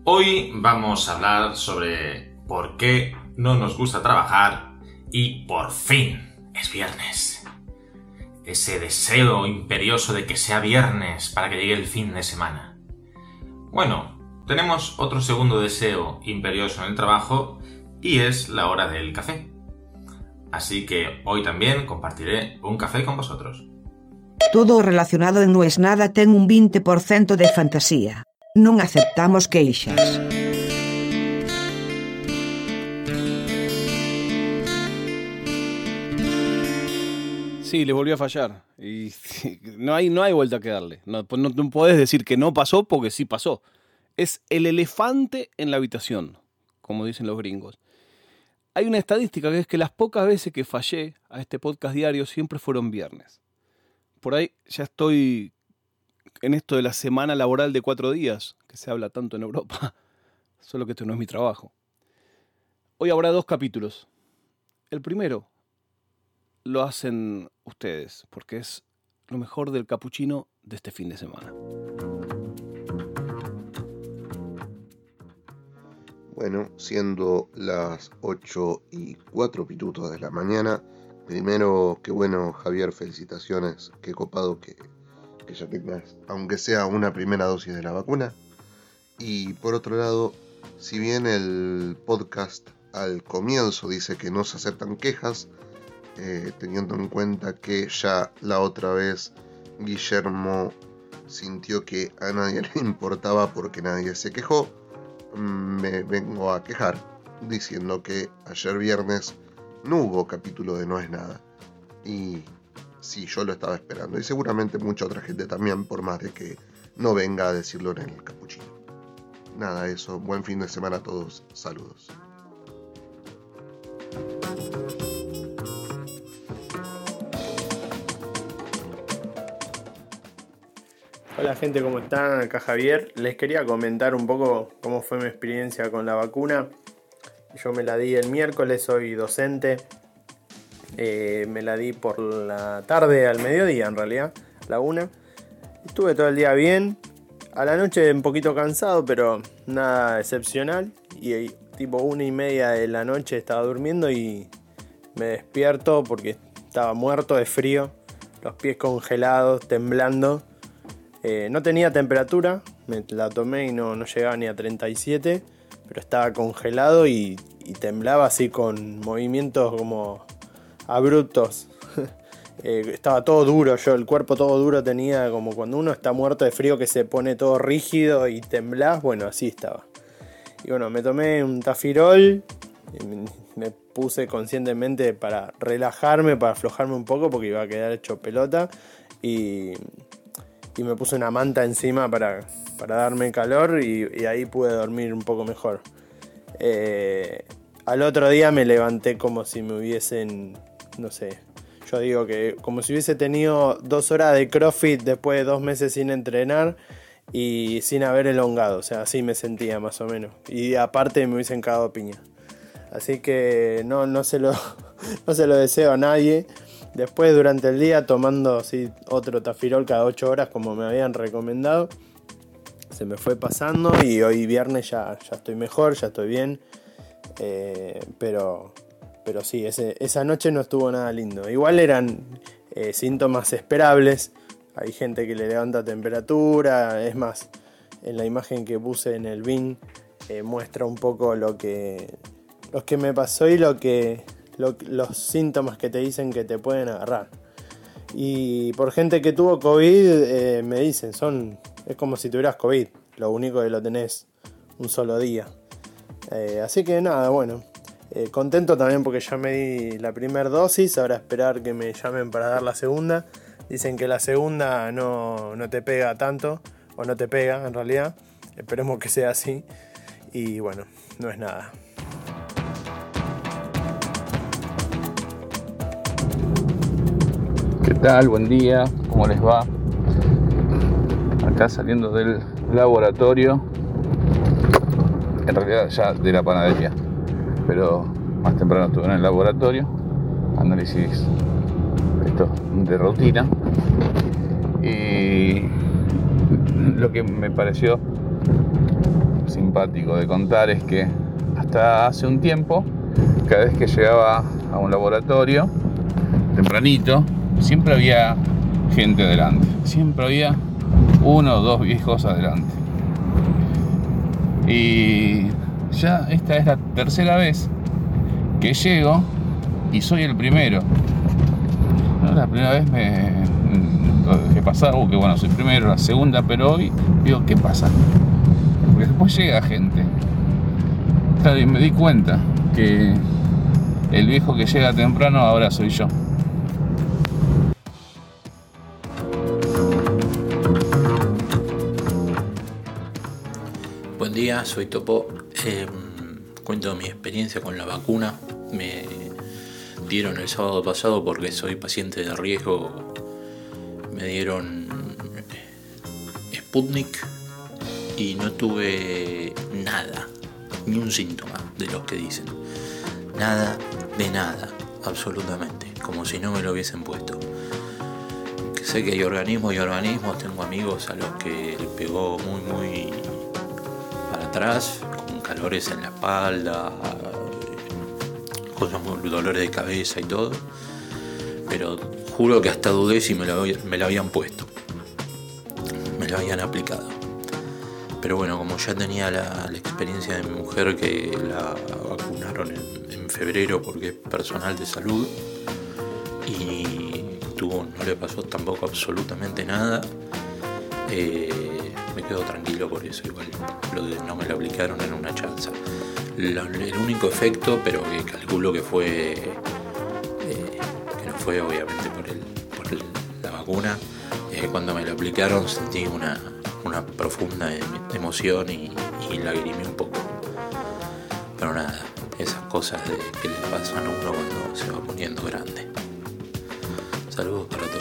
Hoy vamos a hablar sobre por qué no nos gusta trabajar y por fin es viernes. Ese deseo imperioso de que sea viernes para que llegue el fin de semana. Bueno, tenemos otro segundo deseo imperioso en el trabajo y es la hora del café. Así que hoy también compartiré un café con vosotros. Todo relacionado en No es nada ten un 20% de fantasía. Non aceptamos queixas. Sí, le volvió a fallar. Y no hay vuelta que darle. No podés decir que no pasó porque sí pasó. Es el elefante en la habitación, como dicen los gringos. Hay una estadística que es que las pocas veces que fallé a este podcast diario siempre fueron viernes. Por ahí ya estoy en esto de la semana laboral de 4 días, que se habla tanto en Europa. Solo que esto no es mi trabajo. Hoy habrá 2 capítulos. El primero lo hacen ustedes, porque es lo mejor del capuchino de este fin de semana. Bueno, siendo las 8:04 de la mañana, primero, qué bueno, Javier, felicitaciones, qué copado que ya tengas, aunque sea una primera dosis de la vacuna. Y por otro lado, si bien el podcast al comienzo dice que no se aceptan quejas, teniendo en cuenta que ya la otra vez Guillermo sintió que a nadie le importaba porque nadie se quejó, me vengo a quejar diciendo que ayer viernes no hubo capítulo de No es nada. Y sí, yo lo estaba esperando. Y seguramente mucha otra gente también, por más de que no venga a decirlo en el capuchino. Nada, eso. Buen fin de semana a todos. Saludos. Hola gente, ¿cómo están? Acá Javier. Les quería comentar un poco cómo fue mi experiencia con la vacuna. Yo me la di el miércoles, soy docente. Me la di por la tarde al mediodía, en realidad, la 1. Estuve todo el día bien. A la noche un poquito cansado, pero nada excepcional. Y tipo 1:30 de la noche estaba durmiendo y me despierto porque estaba muerto de frío. Los pies congelados, temblando. No tenía temperatura, me la tomé y no llegaba ni a 37, pero estaba congelado y temblaba así con movimientos como abruptos. Estaba todo duro, el cuerpo todo duro tenía, como cuando uno está muerto de frío que se pone todo rígido y temblás, bueno, así estaba. Y bueno, me tomé un Tafirol, me puse conscientemente para relajarme, para aflojarme un poco porque iba a quedar hecho pelota y me puse una manta encima para darme calor y ahí pude dormir un poco mejor. Al otro día me levanté como si me hubiesen, no sé, yo digo que como si hubiese tenido 2 horas de CrossFit después de 2 meses sin entrenar y sin haber elongado, o sea, así me sentía más o menos. Y aparte me hubiesen cagado piña. Así que no se lo deseo a nadie. Después durante el día tomando así otro Tafirol cada 8 horas como me habían recomendado. Se me fue pasando y hoy viernes ya estoy mejor, ya estoy bien. Pero sí, esa noche no estuvo nada lindo. Igual eran síntomas esperables. Hay gente que le levanta temperatura. Es más, en la imagen que puse en el BIN muestra un poco lo que me pasó y los síntomas que te dicen que te pueden agarrar. Y por gente que tuvo COVID me dicen, es como si tuvieras COVID, lo único que lo tenés un solo día. Así que nada, bueno, contento también porque ya me di la primera dosis, ahora esperar que me llamen para dar la segunda. Dicen que la segunda no te pega tanto, o no te pega en realidad, esperemos que sea así. Y bueno, no es nada. ¿Qué tal? Buen día, ¿cómo les va? Acá saliendo del laboratorio, en realidad ya de la panadería, pero más temprano estuve en el laboratorio, análisis esto de rutina, y lo que me pareció simpático de contar es que hasta hace un tiempo, cada vez que llegaba a un laboratorio, tempranito, siempre había gente adelante. Siempre había 1 o 2 viejos adelante. Y ya esta es la tercera vez que llego y soy el primero. ¿No? La primera vez lo dejé pasar, que bueno, soy primero, la segunda, pero hoy digo, ¿qué pasa? Porque después llega gente. Claro, y me di cuenta que el viejo que llega temprano ahora soy yo. Buen día, soy Topo. Cuento mi experiencia con la vacuna. Me dieron el sábado pasado porque soy paciente de riesgo. Me dieron Sputnik y no tuve nada, ni un síntoma de los que dicen. Nada de nada, absolutamente, como si no me lo hubiesen puesto. Sé que hay organismos y organismos, tengo amigos a los que le pegó muy para atrás, con calores en la espalda, cosas muy dolores de cabeza y todo, pero juro que hasta dudé si me lo habían puesto, me lo habían aplicado. Pero bueno, como ya tenía la experiencia de mi mujer que la vacunaron en febrero porque es personal de salud y no le pasó tampoco absolutamente nada, me quedo tranquilo por eso. Igual no me lo aplicaron en una chanza. El único efecto, pero que calculo que fue que no fue obviamente por la vacuna, cuando me lo aplicaron sentí una profunda emoción y lagrimé un poco. Pero nada, esas cosas que le pasan a uno cuando se va poniendo grande. Saludos para todos.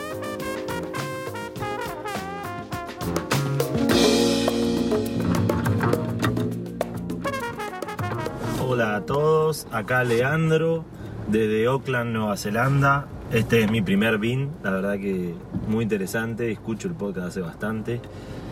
Hola a todos, acá Leandro desde Auckland, Nueva Zelanda. Este es mi primer BIN, la verdad que muy interesante, escucho el podcast hace bastante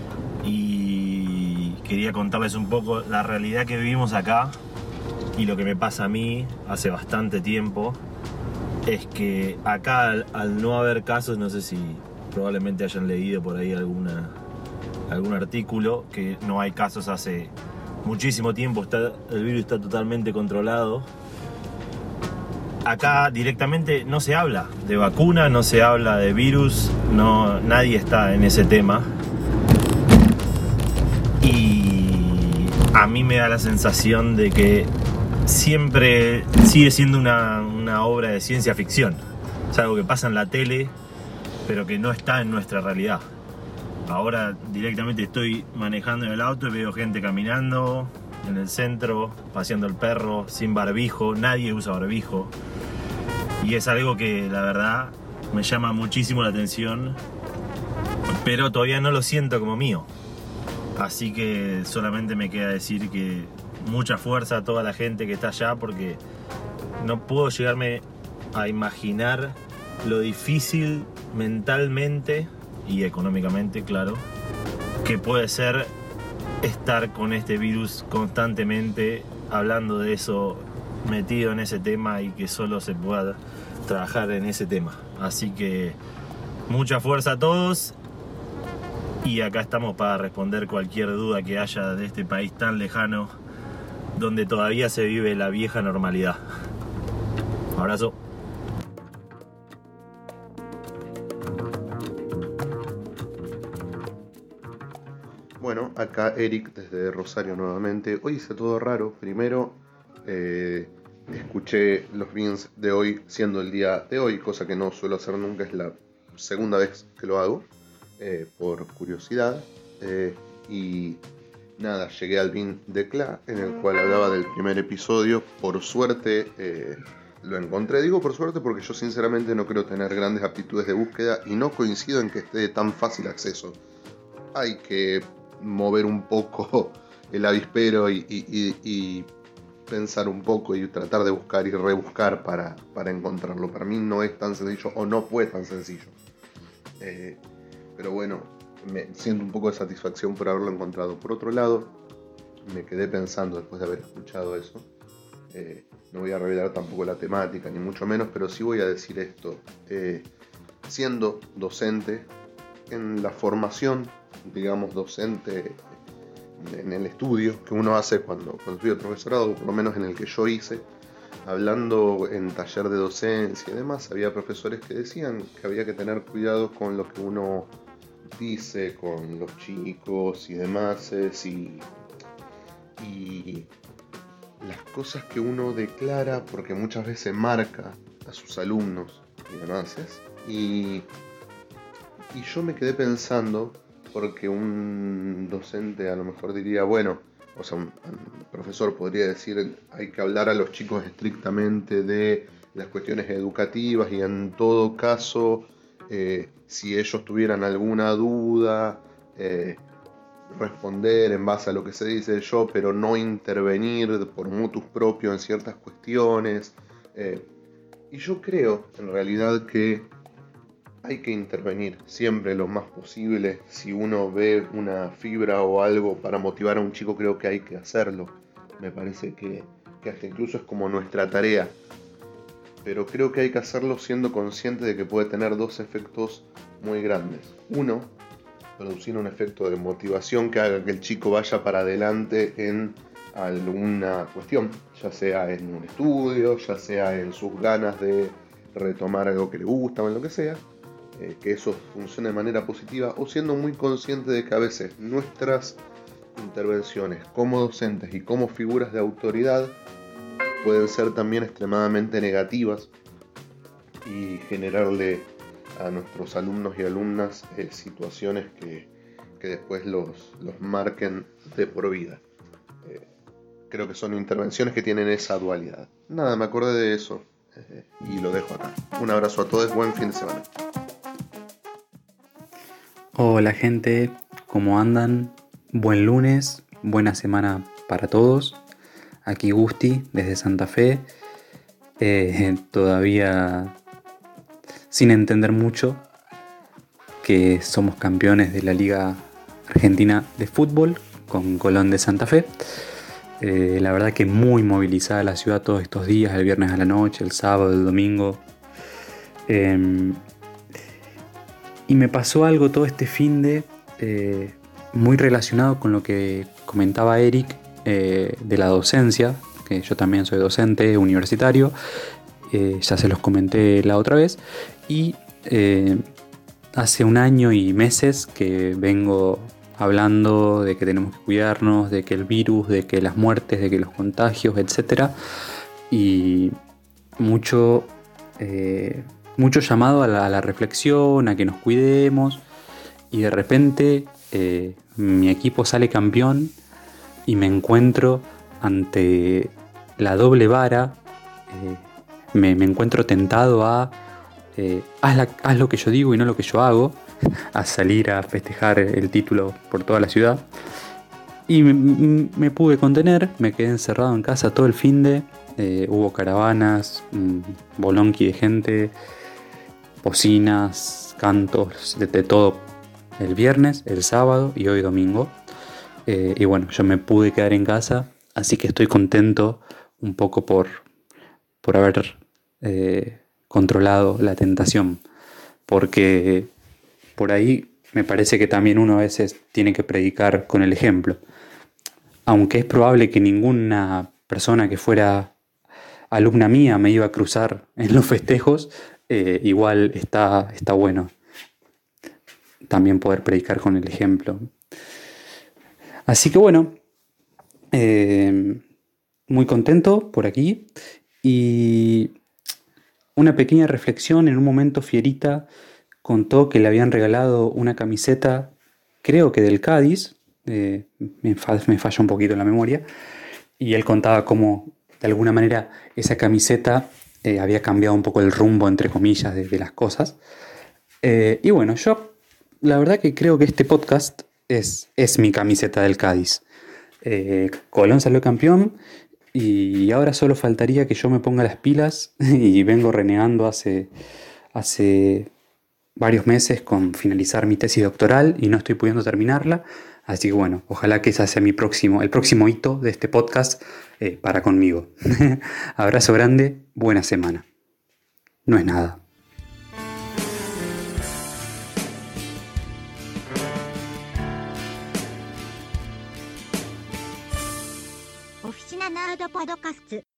y quería contarles un poco la realidad que vivimos acá y lo que me pasa a mí hace bastante tiempo. Es que acá al no haber casos, no sé si probablemente hayan leído por ahí algún artículo, que no hay casos hace muchísimo tiempo, el virus está totalmente controlado. Acá directamente no se habla de vacuna, no se habla de virus, nadie está en ese tema. Y a mí me da la sensación de que siempre sigue siendo una obra de ciencia ficción. Es algo que pasa en la tele, pero que no está en nuestra realidad. Ahora directamente estoy manejando en el auto y veo gente caminando en el centro, paseando el perro, sin barbijo, nadie usa barbijo. Y es algo que la verdad me llama muchísimo la atención, pero todavía no lo siento como mío. Así que solamente me queda decir que mucha fuerza a toda la gente que está allá, porque no puedo llegarme a imaginar lo difícil mentalmente y económicamente, claro, que puede ser estar con este virus constantemente, hablando de eso, metido en ese tema y que solo se pueda trabajar en ese tema. Así que mucha fuerza a todos y acá estamos para responder cualquier duda que haya de este país tan lejano donde todavía se vive la vieja normalidad. Abrazo. Bueno, acá Eric desde Rosario nuevamente. Hoy hice todo raro. Primero escuché los bins de hoy siendo el día de hoy, cosa que no suelo hacer nunca, es la segunda vez que lo hago, por curiosidad. Y nada, llegué al bin de Cla, en el cual hablaba del primer episodio. Por suerte lo encontré. Digo por suerte porque yo sinceramente no creo tener grandes aptitudes de búsqueda y no coincido en que esté de tan fácil acceso. Hay que mover un poco el avispero y pensar un poco y tratar de buscar y rebuscar para encontrarlo. Para mí no es tan sencillo, o no fue tan sencillo. Pero bueno, me siento un poco de satisfacción por haberlo encontrado. Por otro lado, me quedé pensando después de haber escuchado eso. No voy a revelar tampoco la temática, ni mucho menos, pero sí voy a decir esto. Siendo docente, en la formación, digamos, docente en el estudio que uno hace cuando estudia el profesorado, por lo menos en el que yo hice, hablando en taller de docencia y demás, había profesores que decían que había que tener cuidado con lo que uno dice con los chicos y demás, y las cosas que uno declara, porque muchas veces marca a sus alumnos y demás. Y yo me quedé pensando, porque un docente a lo mejor diría, bueno, o sea, un profesor podría decir, hay que hablar a los chicos estrictamente de las cuestiones educativas y en todo caso, si ellos tuvieran alguna duda, responder en base a lo que se dice yo, pero no intervenir por motus propio en ciertas cuestiones. Y yo creo, en realidad, que hay que intervenir siempre lo más posible. Si uno ve una fibra o algo para motivar a un chico, creo que hay que hacerlo. Me parece que hasta incluso es como nuestra tarea. Pero creo que hay que hacerlo siendo consciente de que puede tener dos efectos muy grandes. Uno, producir un efecto de motivación que haga que el chico vaya para adelante en alguna cuestión, ya sea en un estudio, ya sea en sus ganas de retomar algo que le gusta o en lo que sea, que eso funcione de manera positiva, o siendo muy consciente de que a veces nuestras intervenciones como docentes y como figuras de autoridad pueden ser también extremadamente negativas y generarle a nuestros alumnos y alumnas situaciones que después los marquen de por vida. Creo que son intervenciones que tienen esa dualidad. Nada, me acordé de eso y lo dejo acá. Un abrazo a todos, buen fin de semana. Hola gente, ¿cómo andan? Buen lunes, buena semana para todos. Aquí Gusti, desde Santa Fe. Todavía sin entender mucho que somos campeones de la Liga Argentina de Fútbol con Colón de Santa Fe. La verdad que muy movilizada la ciudad todos estos días, el viernes a la noche, el sábado, el domingo. Y me pasó algo todo este finde muy relacionado con lo que comentaba Eric de la docencia, que yo también soy docente universitario, ya se los comenté la otra vez, y hace un año y meses que vengo hablando de que tenemos que cuidarnos, de que el virus, de que las muertes, de que los contagios, etc. Y mucho llamado a la reflexión, a que nos cuidemos, y de repente mi equipo sale campeón y me encuentro ante la doble vara. Me encuentro tentado a haz lo que yo digo y no lo que yo hago, a salir a festejar el título por toda la ciudad. Y me pude contener, me quedé encerrado en casa todo el finde. Hubo caravanas, bolonqui de gente, bocinas, cantos, de todo el viernes, el sábado y hoy domingo. Y bueno, yo me pude quedar en casa, así que estoy contento un poco por haber controlado la tentación, porque por ahí me parece que también uno a veces tiene que predicar con el ejemplo. Aunque es probable que ninguna persona que fuera alumna mía me iba a cruzar en los festejos, igual está bueno también poder predicar con el ejemplo. Así que bueno, muy contento por aquí. Y una pequeña reflexión: en un momento Fierita contó que le habían regalado una camiseta, creo que del Cádiz, me falla un poquito la memoria, y él contaba cómo de alguna manera esa camiseta había cambiado un poco el rumbo, entre comillas, de las cosas. Y bueno, yo la verdad que creo que este podcast es mi camiseta del Cádiz. Colón salió campeón y ahora solo faltaría que yo me ponga las pilas, y vengo renegando hace varios meses con finalizar mi tesis doctoral y no estoy pudiendo terminarla. Así que bueno, ojalá que ese sea el próximo hito de este podcast para conmigo. Abrazo grande, buena semana. No es nada. オフィシナナードポドカスツ